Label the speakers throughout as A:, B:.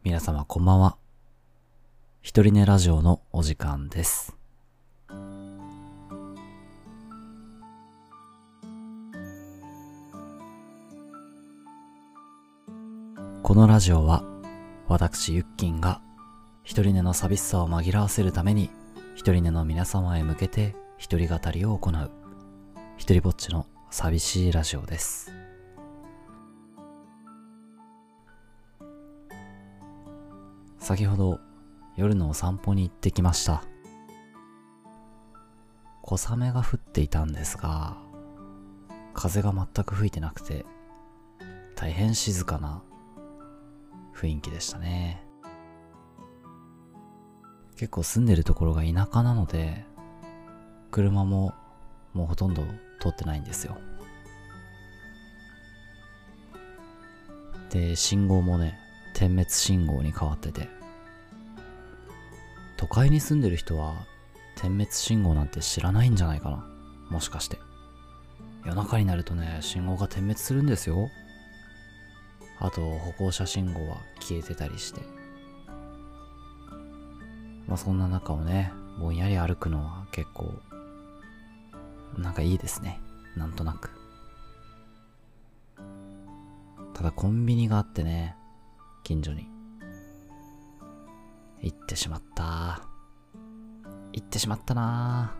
A: 皆様こんばんは。ひとりねラジオのお時間です。このラジオは私ゆっきんがひとりねの寂しさを紛らわせるためにひとりねの皆様へ向けて一人語りを行うひとりぼっちの寂しいラジオです。先ほど夜のお散歩に行ってきました。小雨が降っていたんですが、風が全く吹いてなくて大変静かな雰囲気でしたね。結構住んでるところが田舎なので車ももうほとんど通ってないんですよ。で、信号もね、点滅信号に変わってて、都会に住んでる人は点滅信号なんて知らないんじゃないかな。もしかして夜中になるとね、信号が点滅するんですよ。あと歩行者信号は消えてたりして、そんな中をね、ぼんやり歩くのは結構なんかいいですね。なんとなく。ただコンビニがあってね、近所に行ってしまな。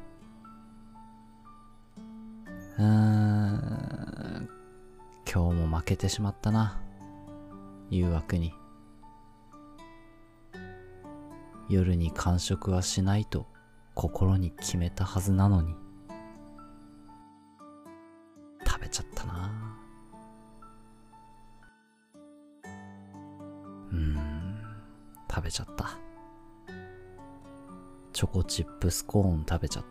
A: 今日も負けてしまったな、誘惑に。夜に間食はしないと心に決めたはずなのに食べちゃったな。食べちゃった。チョコチップスコーン食べちゃった。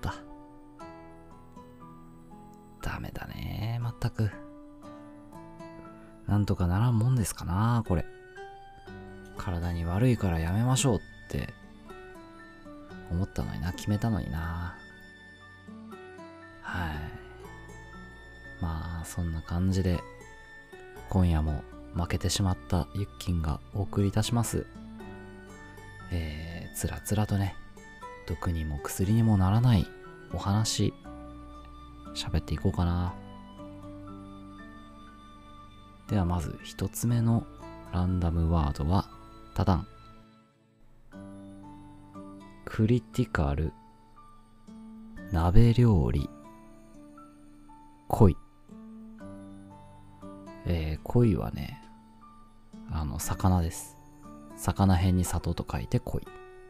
A: ダメだね、まったく。なんとかならんもんですかな、これ。体に悪いからやめましょうって思ったのにな、決めたのにな。はい。そんな感じで今夜も負けてしまったゆっきんがお送りいたします。つらつらとね、毒にも薬にもならないお話喋っていこうかな。ではまず一つ目のランダムワードはタダン。クリティカル、鍋料理、恋。恋はね、魚です。魚辺に里と書いて恋。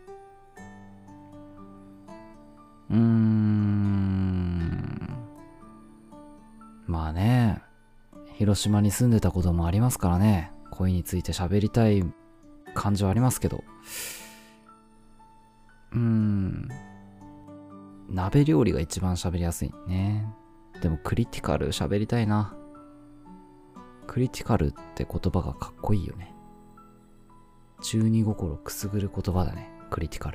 A: まあね、広島に住んでたこともありますからね、恋について喋りたい感じはありますけど、鍋料理が一番喋りやすいね。でもクリティカル喋りたいな。クリティカルって言葉がかっこいいよね。中二心くすぐる言葉だね、クリティカル。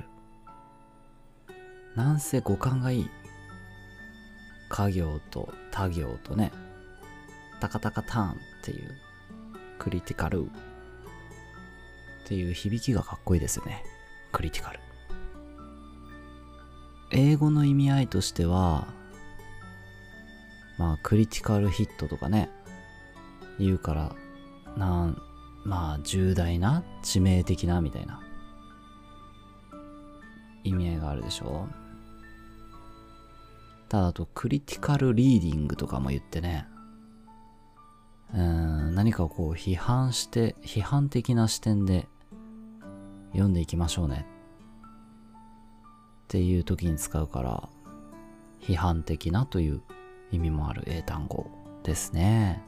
A: なんせ語感がいい。家業と他行とね、タカタカターンっていうクリティカルっていう響きがかっこいいですよね、クリティカル。英語の意味合いとしては、クリティカルヒットとかね言うから、重大な致命的なみたいな意味合いがあるでしょ。ただ、あとクリティカルリーディングとかも言ってね、何かをこう批判的な視点で読んでいきましょうねっていう時に使うから、批判的なという意味もある英単語ですね。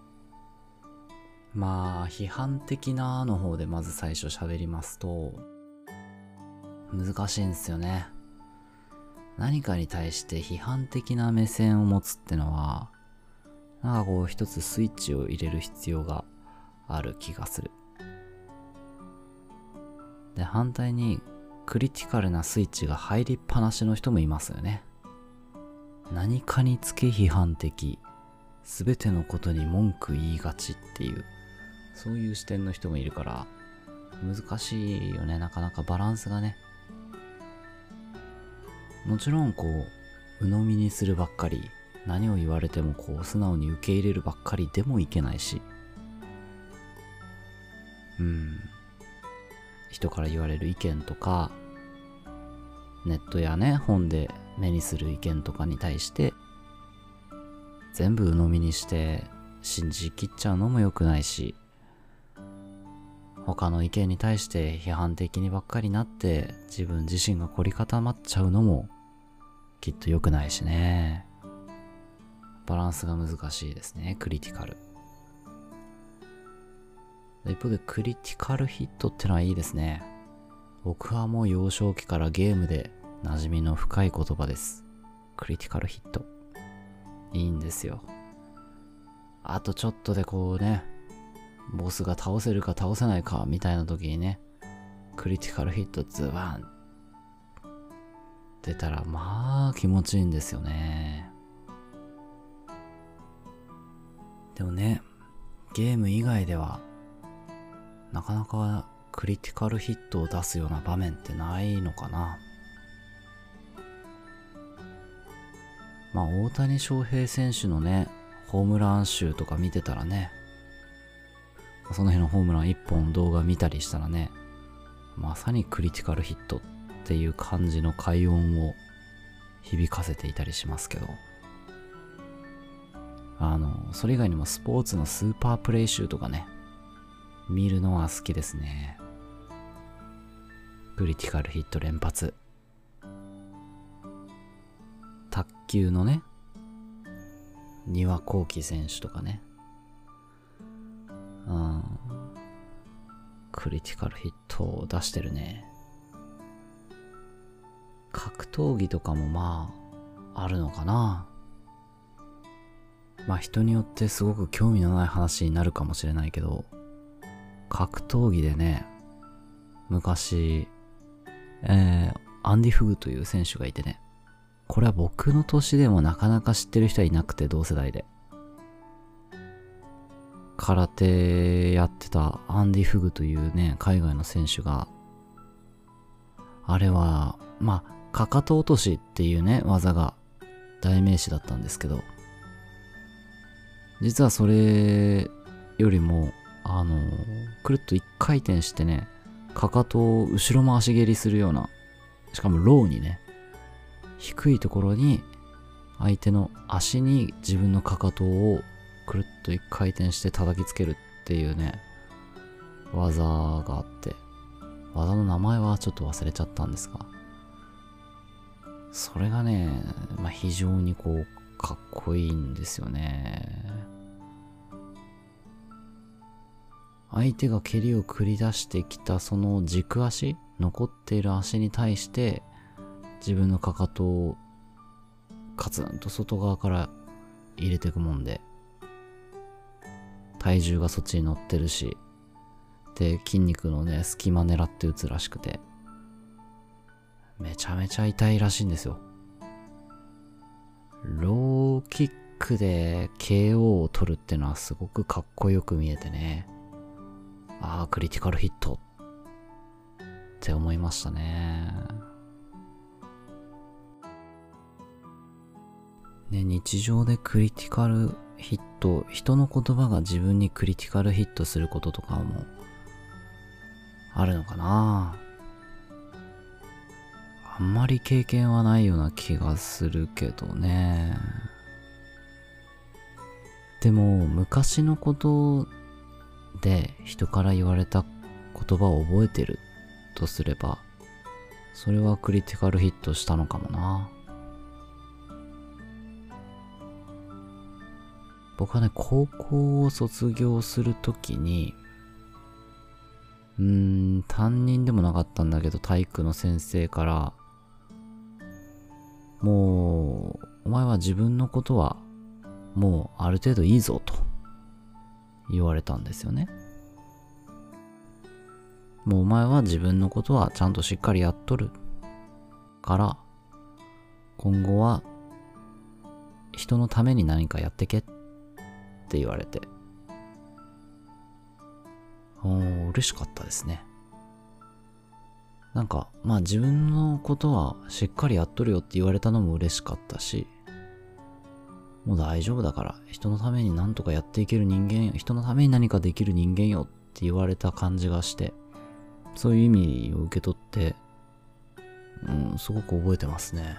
A: 批判的なの方でまず最初喋りますと、難しいんですよね。何かに対して批判的な目線を持つってのは、一つスイッチを入れる必要がある気がする。で、反対にクリティカルなスイッチが入りっぱなしの人もいますよね。何かにつけ批判的、すべてのことに文句言いがちっていう、そういう視点の人もいるから、 難しいよね、なかなかバランスがね。もちろんこう鵜呑みにするばっかり、何を言われてもこう素直に受け入れるばっかりでもいけないし、人から言われる意見とか、ネットやね本で目にする意見とかに対して全部鵜呑みにして信じきっちゃうのも良くないし、他の意見に対して批判的にばっかりなって自分自身が凝り固まっちゃうのもきっと良くないしね。バランスが難しいですね、クリティカル。一方でクリティカルヒットってのはいいですね。僕はもう幼少期からゲームで馴染みの深い言葉です。クリティカルヒットいいんですよ。あとちょっとでこうね、ボスが倒せるか倒せないかみたいな時にね、クリティカルヒットズバン出たらまあ気持ちいいんですよね。でもね、ゲーム以外ではなかなかクリティカルヒットを出すような場面ってないのかな。まあ大谷翔平選手のねホームラン集とか見てたらね、その日のホームラン1本動画見たりしたらね、まさにクリティカルヒットっていう感じの快音を響かせていたりしますけど、それ以外にもスポーツのスーパープレイ集とかね、見るのは好きですね。クリティカルヒット連発。卓球のね、丹羽孝希選手とかね、クリティカルヒットを出してるね。格闘技とかもまああるのかな。まあ人によってすごく興味のない話になるかもしれないけど、格闘技でね、昔アンディ・フグという選手がいてね、これは僕の年でもなかなか知ってる人はいなくて、同世代で空手やってたアンディ・フグというね海外の選手が、あれはまあかかと落としっていうね技が代名詞だったんですけど、実はそれよりもくるっと一回転してね、かかとを後ろ回し蹴りするような、しかもローにね、低いところに相手の足に自分のかかとをくるっと一回転して叩きつけるっていうね技があって、技の名前はちょっと忘れちゃったんですが、それがね、非常にこうかっこいいんですよね。相手が蹴りを繰り出してきたその軸足、残っている足に対して自分のかかとをカツンと外側から入れていくもんで、体重がそっちに乗ってるし、で筋肉のね隙間狙って打つらしくて、めちゃめちゃ痛いらしいんですよ。ローキックで KO を取るってのはすごくかっこよく見えてね、ああクリティカルヒットって思いましたね。日常でクリティカルヒット、人の言葉が自分にクリティカルヒットすることとかもあるのかな。あんまり経験はないような気がするけどね。でも昔のことで人から言われた言葉を覚えてるとすれば、それはクリティカルヒットしたのかもな。僕はね、高校を卒業するときに、担任でもなかったんだけど、体育の先生から、もう、お前は自分のことは、もうある程度いいぞと言われたんですよね。もうお前は自分のことはちゃんとしっかりやっとるから、今後は人のために何かやってけって言われて、嬉しかったですね。 なんかまあ自分のことはしっかりやっとるよって言われたのも嬉しかったし、もう大丈夫だから人のために何とかやっていける人間よ、人のために何かできる人間よって言われた感じがして、そういう意味を受け取って、すごく覚えてますね。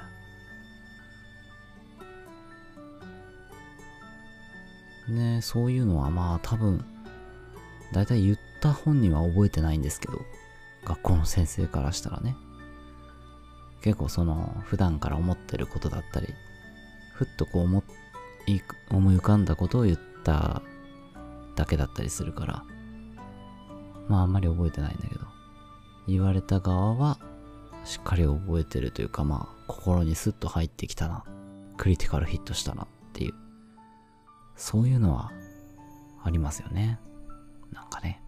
A: ね、そういうのはまあ多分だいたい言った本人は覚えてないんですけど、学校の先生からしたらね、結構その普段から思ってることだったり、ふっとこう思い浮かんだことを言っただけだったりするから、まああんまり覚えてないんだけど、言われた側はしっかり覚えてるというか、まあ心にスッと入ってきたな、クリティカルヒットしたなっていう、そういうのはありますよね。なんかね。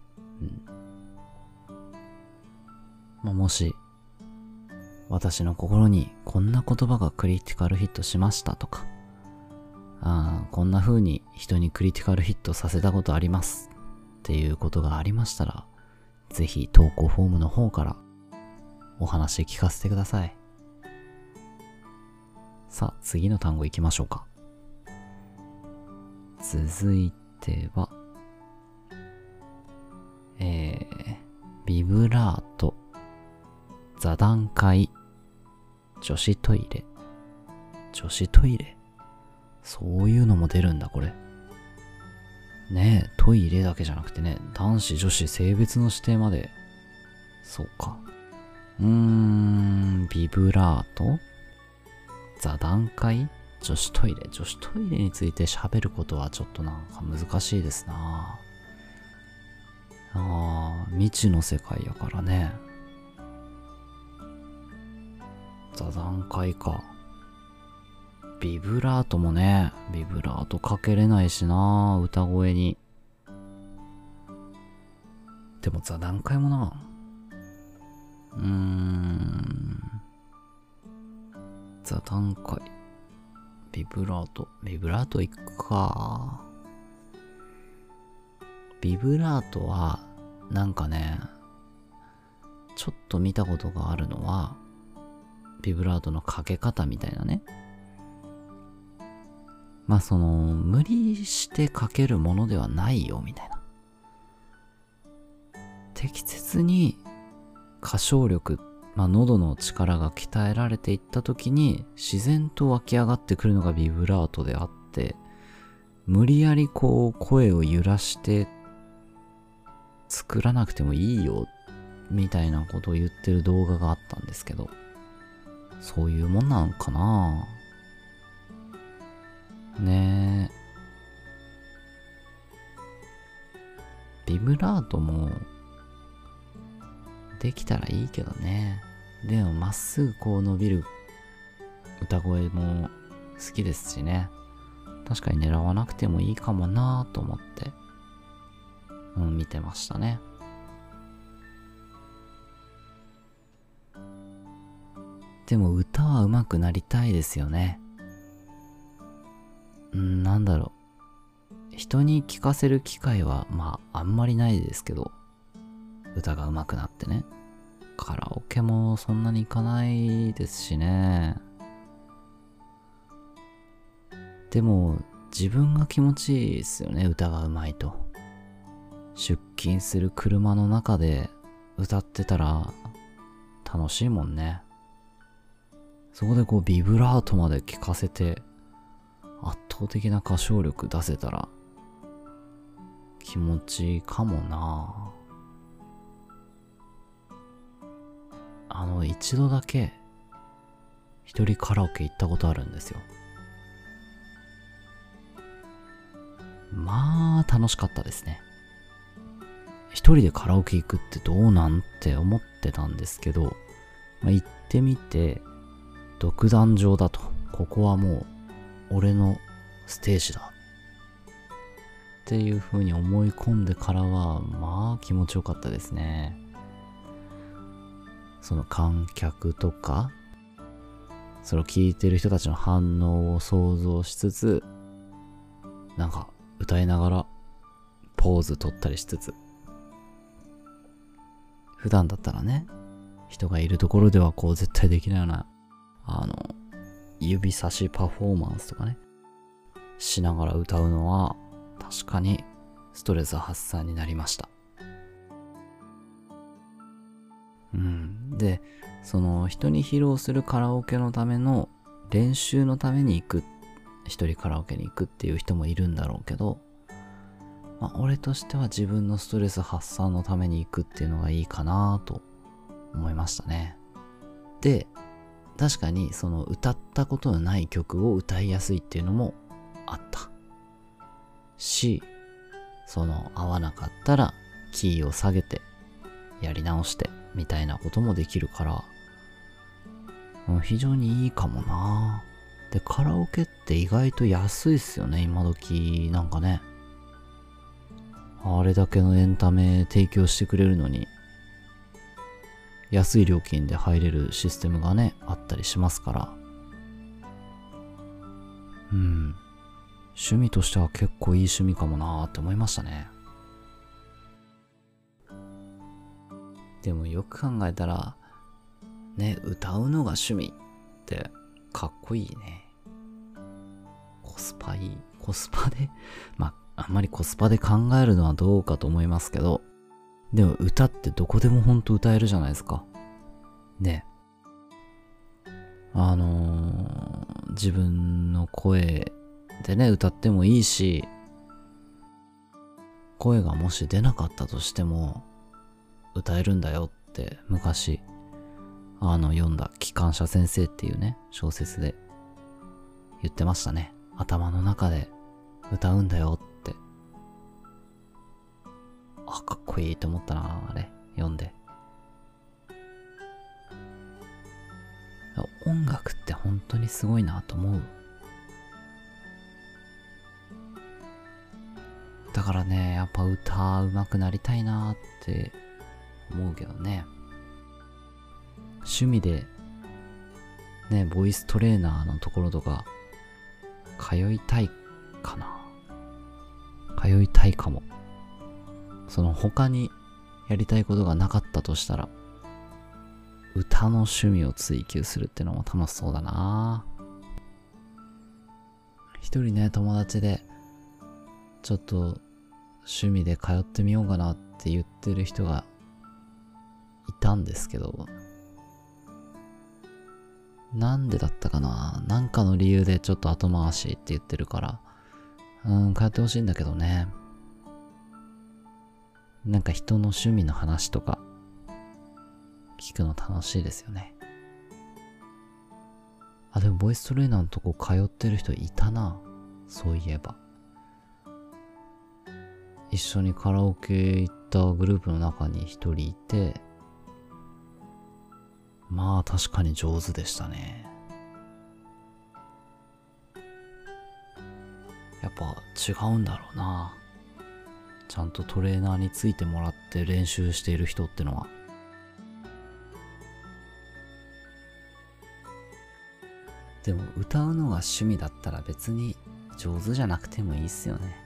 A: まあ、もし私の心にこんな言葉がクリティカルヒットしましたとか、こんな風に人にクリティカルヒットさせたことありますっていうことがありましたら、ぜひ投稿フォームの方からお話聞かせてください。さあ次の単語いきましょうか。続いてはビブラート、座談会、女子トイレ。女子トイレ、そういうのも出るんだこれ。ねえ、トイレだけじゃなくてね、男子女子性別の指定まで。そうか。ビブラート、座談会、女子トイレ。女子トイレについて喋ることはちょっとなんか難しいですな。未知の世界やからね。座談会か。ビブラートもね、ビブラートかけれないしな、歌声に。でも座談会もな、座談会、ビブラートいくか。ビブラートはなんかね、ちょっと見たことがあるのは、ビブラートのかけ方みたいなね。まあその無理してかけるものではないよみたいな。適切に歌唱力、喉の力が鍛えられていった時に自然と湧き上がってくるのがビブラートであって、無理やりこう声を揺らして作らなくてもいいよみたいなことを言ってる動画があったんですけど、そういうもんなんかなねえ。ビブラートもできたらいいけどね。でもまっすぐこう伸びる歌声も好きですしね。確かに狙わなくてもいいかもなぁと思って、見てましたね。でも歌は上手くなりたいですよね。なんだろう。人に聞かせる機会はあんまりないですけど、歌が上手くなってね。カラオケもそんなに行かないですしね。でも自分が気持ちいいですよね、歌が上手いと。出勤する車の中で歌ってたら楽しいもんね。そこでこうビブラートまで聞かせて圧倒的な歌唱力出せたら気持ちいいかもな。一度だけ一人カラオケ行ったことあるんですよ。楽しかったですね。一人でカラオケ行くってどうなんって思ってたんですけど、行ってみて独壇場だと、ここはもう俺のステージだっていう風に思い込んでからは気持ちよかったですね。その観客とかそれを聞いてる人たちの反応を想像しつつ、なんか歌いながらポーズ取ったりしつつ、普段だったらね、 人がいるところではこう絶対できないような指差しパフォーマンスとかねしながら歌うのは確かにストレス発散になりました。でその人に披露するカラオケのための練習のために一人カラオケに行くっていう人もいるんだろうけど、俺としては自分のストレス発散のために行くっていうのがいいかなと思いましたね。で、確かにその歌ったことのない曲を歌いやすいっていうのもあったし、その合わなかったらキーを下げてやり直してみたいなこともできるから、非常にいいかもな。で、カラオケって意外と安いっすよね、今時なんかね。あれだけのエンタメ提供してくれるのに、安い料金で入れるシステムがね、あったりしますから。趣味としては結構いい趣味かもなーって思いましたね。でもよく考えたら、ね、歌うのが趣味ってかっこいいね。コスパいい。コスパで、あんまりコスパで考えるのはどうかと思いますけど、でも歌ってどこでもほんと歌えるじゃないですか。ね。自分の声でね、歌ってもいいし、声がもし出なかったとしても、歌えるんだよって昔、読んだ機関車先生っていうね、小説で言ってましたね。頭の中で歌うんだよって。かっこいいと思ったな、あれ、読んで。音楽って本当にすごいなと思う。だからね、やっぱ歌上手くなりたいなって思うけどね。趣味でね、ボイストレーナーのところとか通いたいかな。通いたいかも。その他にやりたいことがなかったとしたら、歌の趣味を追求するってのも楽しそうだな。一人ね、友達でちょっと趣味で通ってみようかなって言ってる人がいたんですけど、なんでだったかな、なんかの理由でちょっと後回しって言ってるから、通ってほしいんだけどね。なんか人の趣味の話とか聞くの楽しいですよね。でもボイストレーナーのとこ通ってる人いたな。そういえば。一緒にカラオケ行ったグループの中に一人いて、確かに上手でしたね。やっぱ違うんだろうな。ちゃんとトレーナーについてもらって練習している人ってのは。でも歌うのが趣味だったら別に上手じゃなくてもいいっすよね。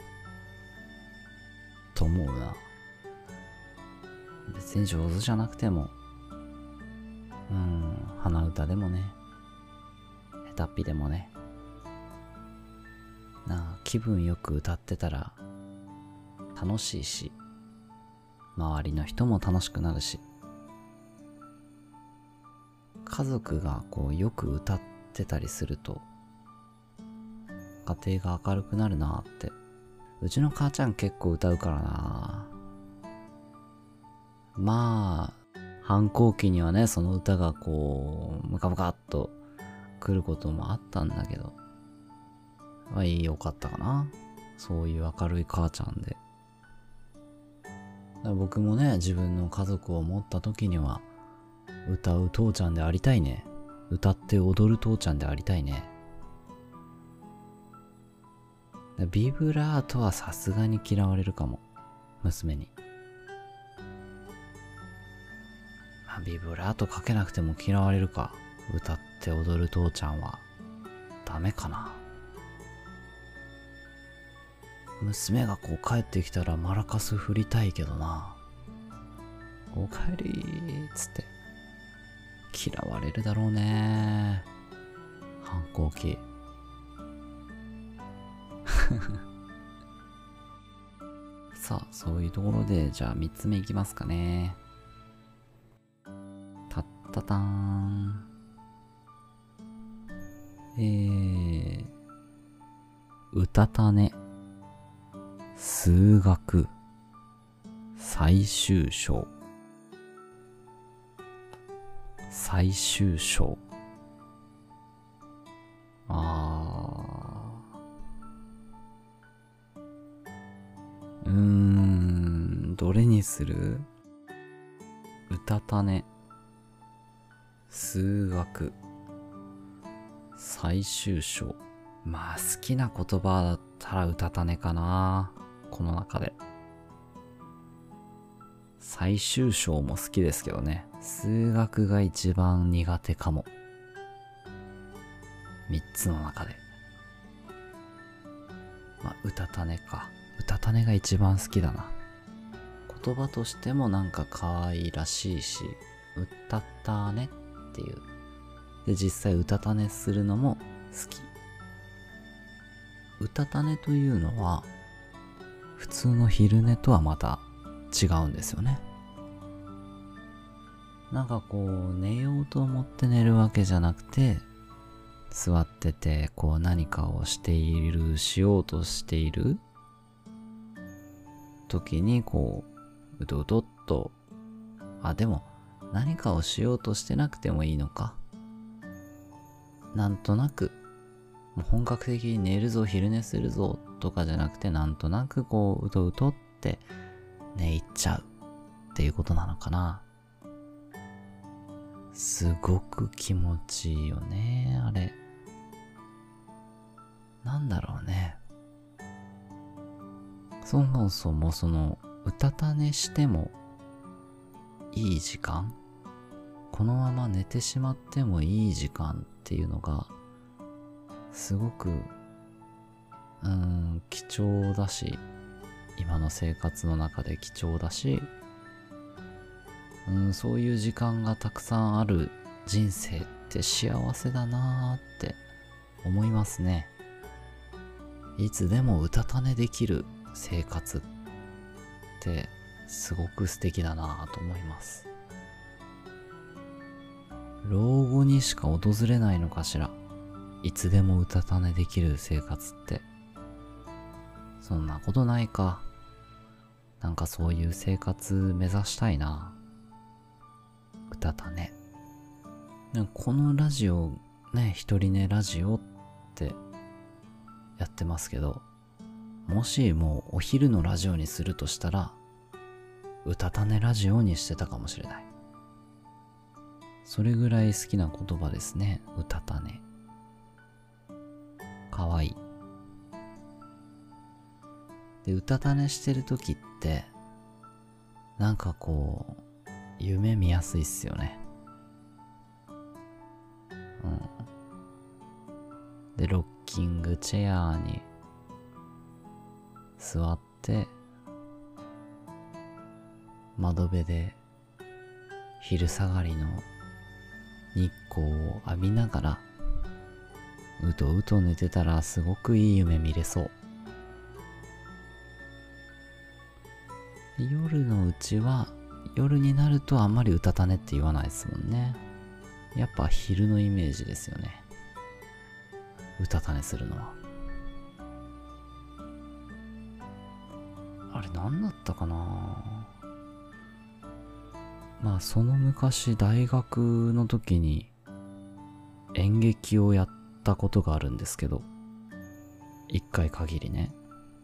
A: と思うな。別に上手じゃなくても、鼻歌でもね、下手っぴでもね、気分よく歌ってたら楽しいし、周りの人も楽しくなるし、家族がこうよく歌ってたりすると家庭が明るくなるなって。うちの母ちゃん結構歌うからな。反抗期にはね、その歌がこうムカムカっと来ることもあったんだけど、良かったかな。そういう明るい母ちゃんで。僕もね、自分の家族を持った時には歌う父ちゃんでありたいね。歌って踊る父ちゃんでありたいね。ビブラートはさすがに嫌われるかも、娘に。ビブラートかけなくても嫌われるか。歌って踊る父ちゃんはダメかな。娘がこう帰ってきたらマラカス振りたいけどな。おかえりーっつって。 嫌われるだろうね。反抗期。さあ、そういうところで、じゃあ3つ目いきますかね。たったたーん。うたた寝、数学、最終章。最終章。どれにする？うたた寝、数学、最終章。まあ好きな言葉だったらうたた寝かな。この中で。最終章も好きですけどね。数学が一番苦手かも。3つの中で。まあうたた寝か。うたた寝が一番好きだな。言葉としてもなんか可愛らしいし、うたた寝っていう。で、実際うたた寝するのも好き。うたた寝というのは、普通の昼寝とはまた違うんですよね。なんかこう、寝ようと思って寝るわけじゃなくて、座ってて、こう何かをしようとしている時にこう、うとうとっと、でも何かをしようとしてなくてもいいのか。なんとなく、もう本格的に寝るぞ、昼寝するぞとかじゃなくて、なんとなくこう、うとうとって寝入っちゃうっていうことなのかな。すごく気持ちいいよね、あれ。なんだろうね。そもそもうたた寝してもいい時間、このまま寝てしまってもいい時間っていうのがすごく貴重だし、今の生活の中で貴重だし、そういう時間がたくさんある人生って幸せだなーって思いますね。いつでもうたた寝できる生活ってすごく素敵だなと思います。老後にしか訪れないのかしら、いつでもうたた寝できる生活って。そんなことないか。なんかそういう生活目指したいな。うたた寝。このラジオね、一人寝ラジオってやってますけど、もしもうお昼のラジオにするとしたら、うたた寝ラジオにしてたかもしれない。それぐらい好きな言葉ですね、うたた寝。かわいい。で、うたた寝してる時って、なんかこう、夢見やすいっすよね。で、ロッキングチェアに座って、窓辺で昼下がりの日光を浴びながらうとうと寝てたらすごくいい夢見れそう。夜のうちは、夜になるとあんまりうたた寝って言わないですもんね。やっぱ昼のイメージですよね、うたた寝するのは。あれ何だったかな。まあその昔大学の時に演劇をやったことがあるんですけど、一回限りね。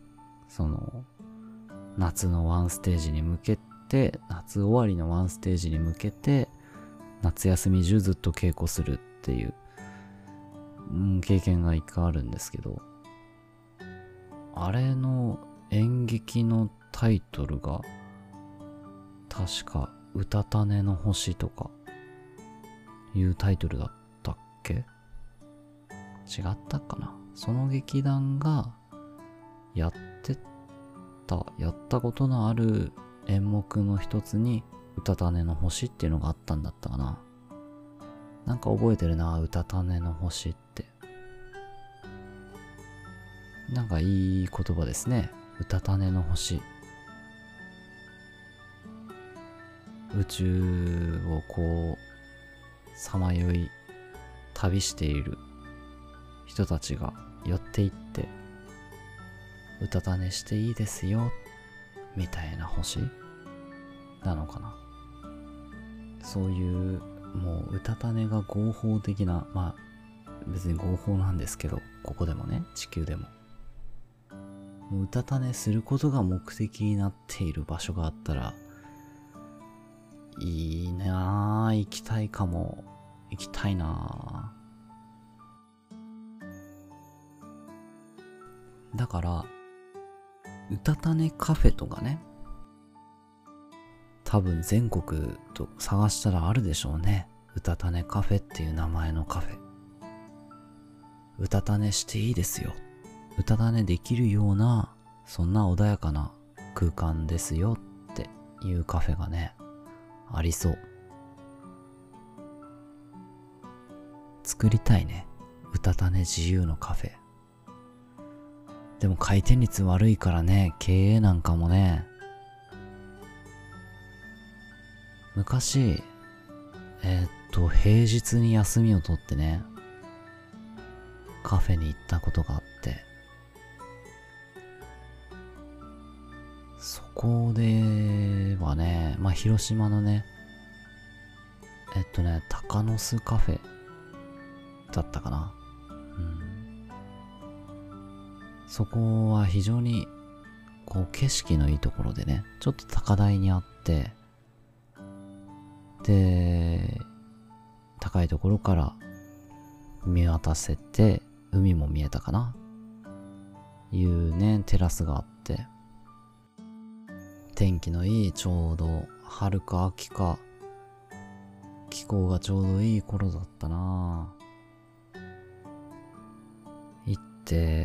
A: 夏のワンステージに向けて、夏終わりのワンステージに向けて夏休み中ずっと稽古するっていう、経験が一回あるんですけど、あれの演劇のタイトルが確かうたた寝の星とかいうタイトルだったっけ？違ったかな。その劇団がやったことのある演目の一つにうたた寝の星っていうのがあったんだったかな。 なんか覚えてるな、うたた寝の星って。なんかいい言葉ですね。うたた寝の星。宇宙をこうさまよい旅している人たちが寄っていってうたた寝していいですよみたいな星なのかな。そういうもううたた寝が合法的な、まあ別に合法なんですけど、ここでもね、地球でももううたた寝することが目的になっている場所があったらいいなぁ、行きたいかも。行きたいなぁ。だからうたた寝カフェとかね、多分全国と探したらあるでしょうね。うたた寝カフェっていう名前のカフェ。うたた寝していいですよ。うたた寝できるような、そんな穏やかな空間ですよっていうカフェがね、ありそう。作りたいね。うたた寝自由のカフェ。でも回転率悪いからね、経営なんかもね。昔、平日に休みを取ってね、カフェに行ったことがあって、そこではね、まあ広島のね、鷹の巣カフェだったかな。そこは非常にこう景色のいいところでね、ちょっと高台にあって、で、高いところから見渡せて、海も見えたかないうね、テラスがあって、天気のいいちょうど春か秋か、気候がちょうどいい頃だったな。行って、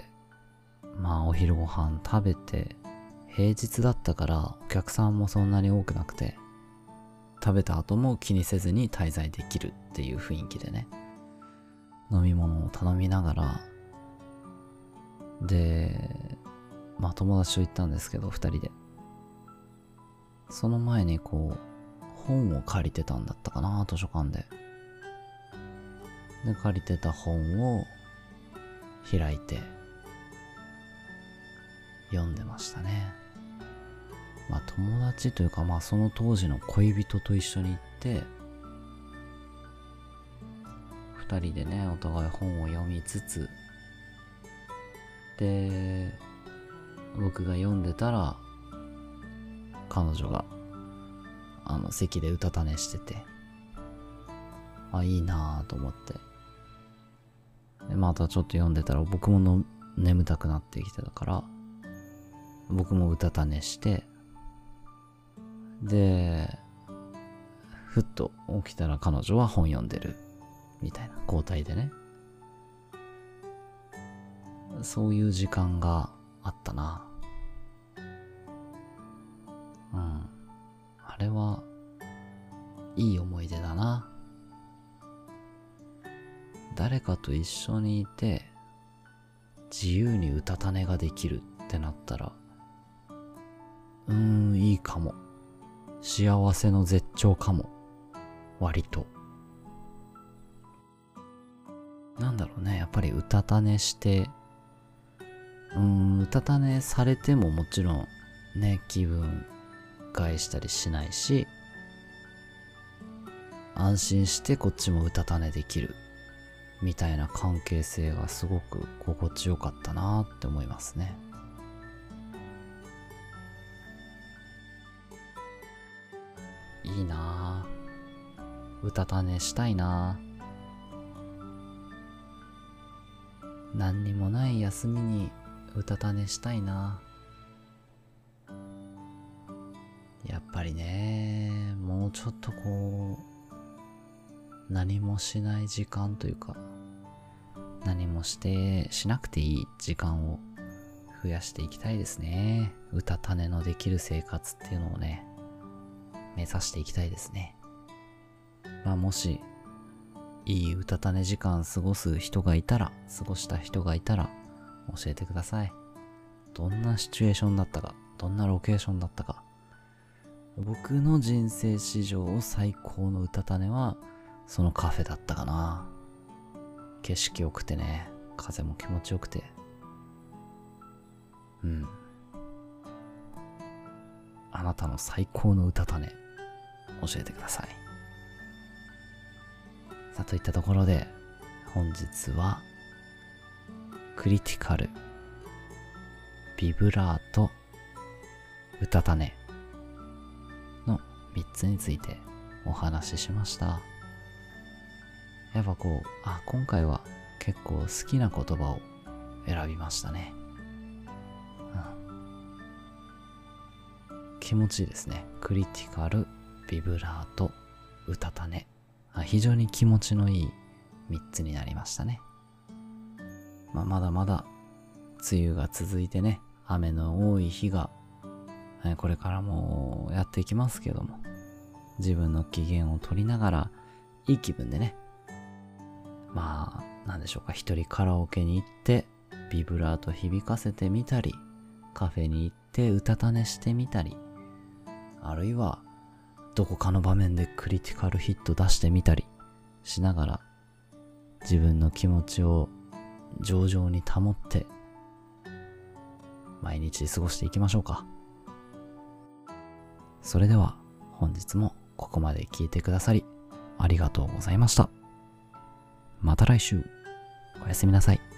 A: まあお昼ご飯食べて、平日だったからお客さんもそんなに多くなくて、食べた後も気にせずに滞在できるっていう雰囲気でね、飲み物を頼みながら、で、まあ友達と行ったんですけど、二人で。その前にこう、本を借りてたんだったかな、図書館で。で、借りてた本を開いて、読んでましたね。まあ友達というか、まあその当時の恋人と一緒に行って、二人でね、お互い本を読みつつ、で、僕が読んでたら、彼女が、席でうたた寝してて、あ、いいなぁと思って。で、またちょっと読んでたら、僕も眠たくなってきてたから、僕もうたた寝して、で、ふっと起きたら彼女は本読んでる。みたいな、交代でね。そういう時間があったな。あれは、いい思い出だな。誰かと一緒にいて、自由にうたた寝ができるってなったら、いいかも。幸せの絶頂かも。割と。なんだろうね、やっぱりうたた寝して、うたた寝されてももちろんね、気分害したりしないし、安心してこっちもうたた寝できるみたいな関係性がすごく心地よかったなって思いますね。いいなぁ、うたた寝したいなぁ。何にもない休みにうたた寝したいな。やっぱりね、もうちょっとこう何もしない時間というか、何もしなくていい時間を増やしていきたいですね。うたた寝のできる生活っていうのをね、目指していきたいですね。まあもしいいうたた寝時間過ごした人がいたら教えてください。どんなシチュエーションだったか、どんなロケーションだったか。僕の人生史上最高のうたた寝はそのカフェだったかな。景色良くてね、風も気持ちよくて、あなたの最高のうたた寝教えてください。さあ、といったところで本日はクリティカル、ビブラート、うたた寝の3つについてお話ししました。やっぱ今回は結構好きな言葉を選びましたね。気持ちいいですね。クリティカル、ビブラート、うたた寝。非常に気持ちのいい3つになりましたね。まだまだ梅雨が続いてね、雨の多い日がこれからもやっていきますけども、自分の機嫌を取りながらいい気分でね、なんでしょうか、一人カラオケに行ってビブラート響かせてみたり、カフェに行ってうたた寝してみたり、あるいはどこかの場面でクリティカルヒット出してみたりしながら、自分の気持ちを上々に保って毎日過ごしていきましょうか。それでは本日もここまで聞いてくださりありがとうございました。また来週。おやすみなさい。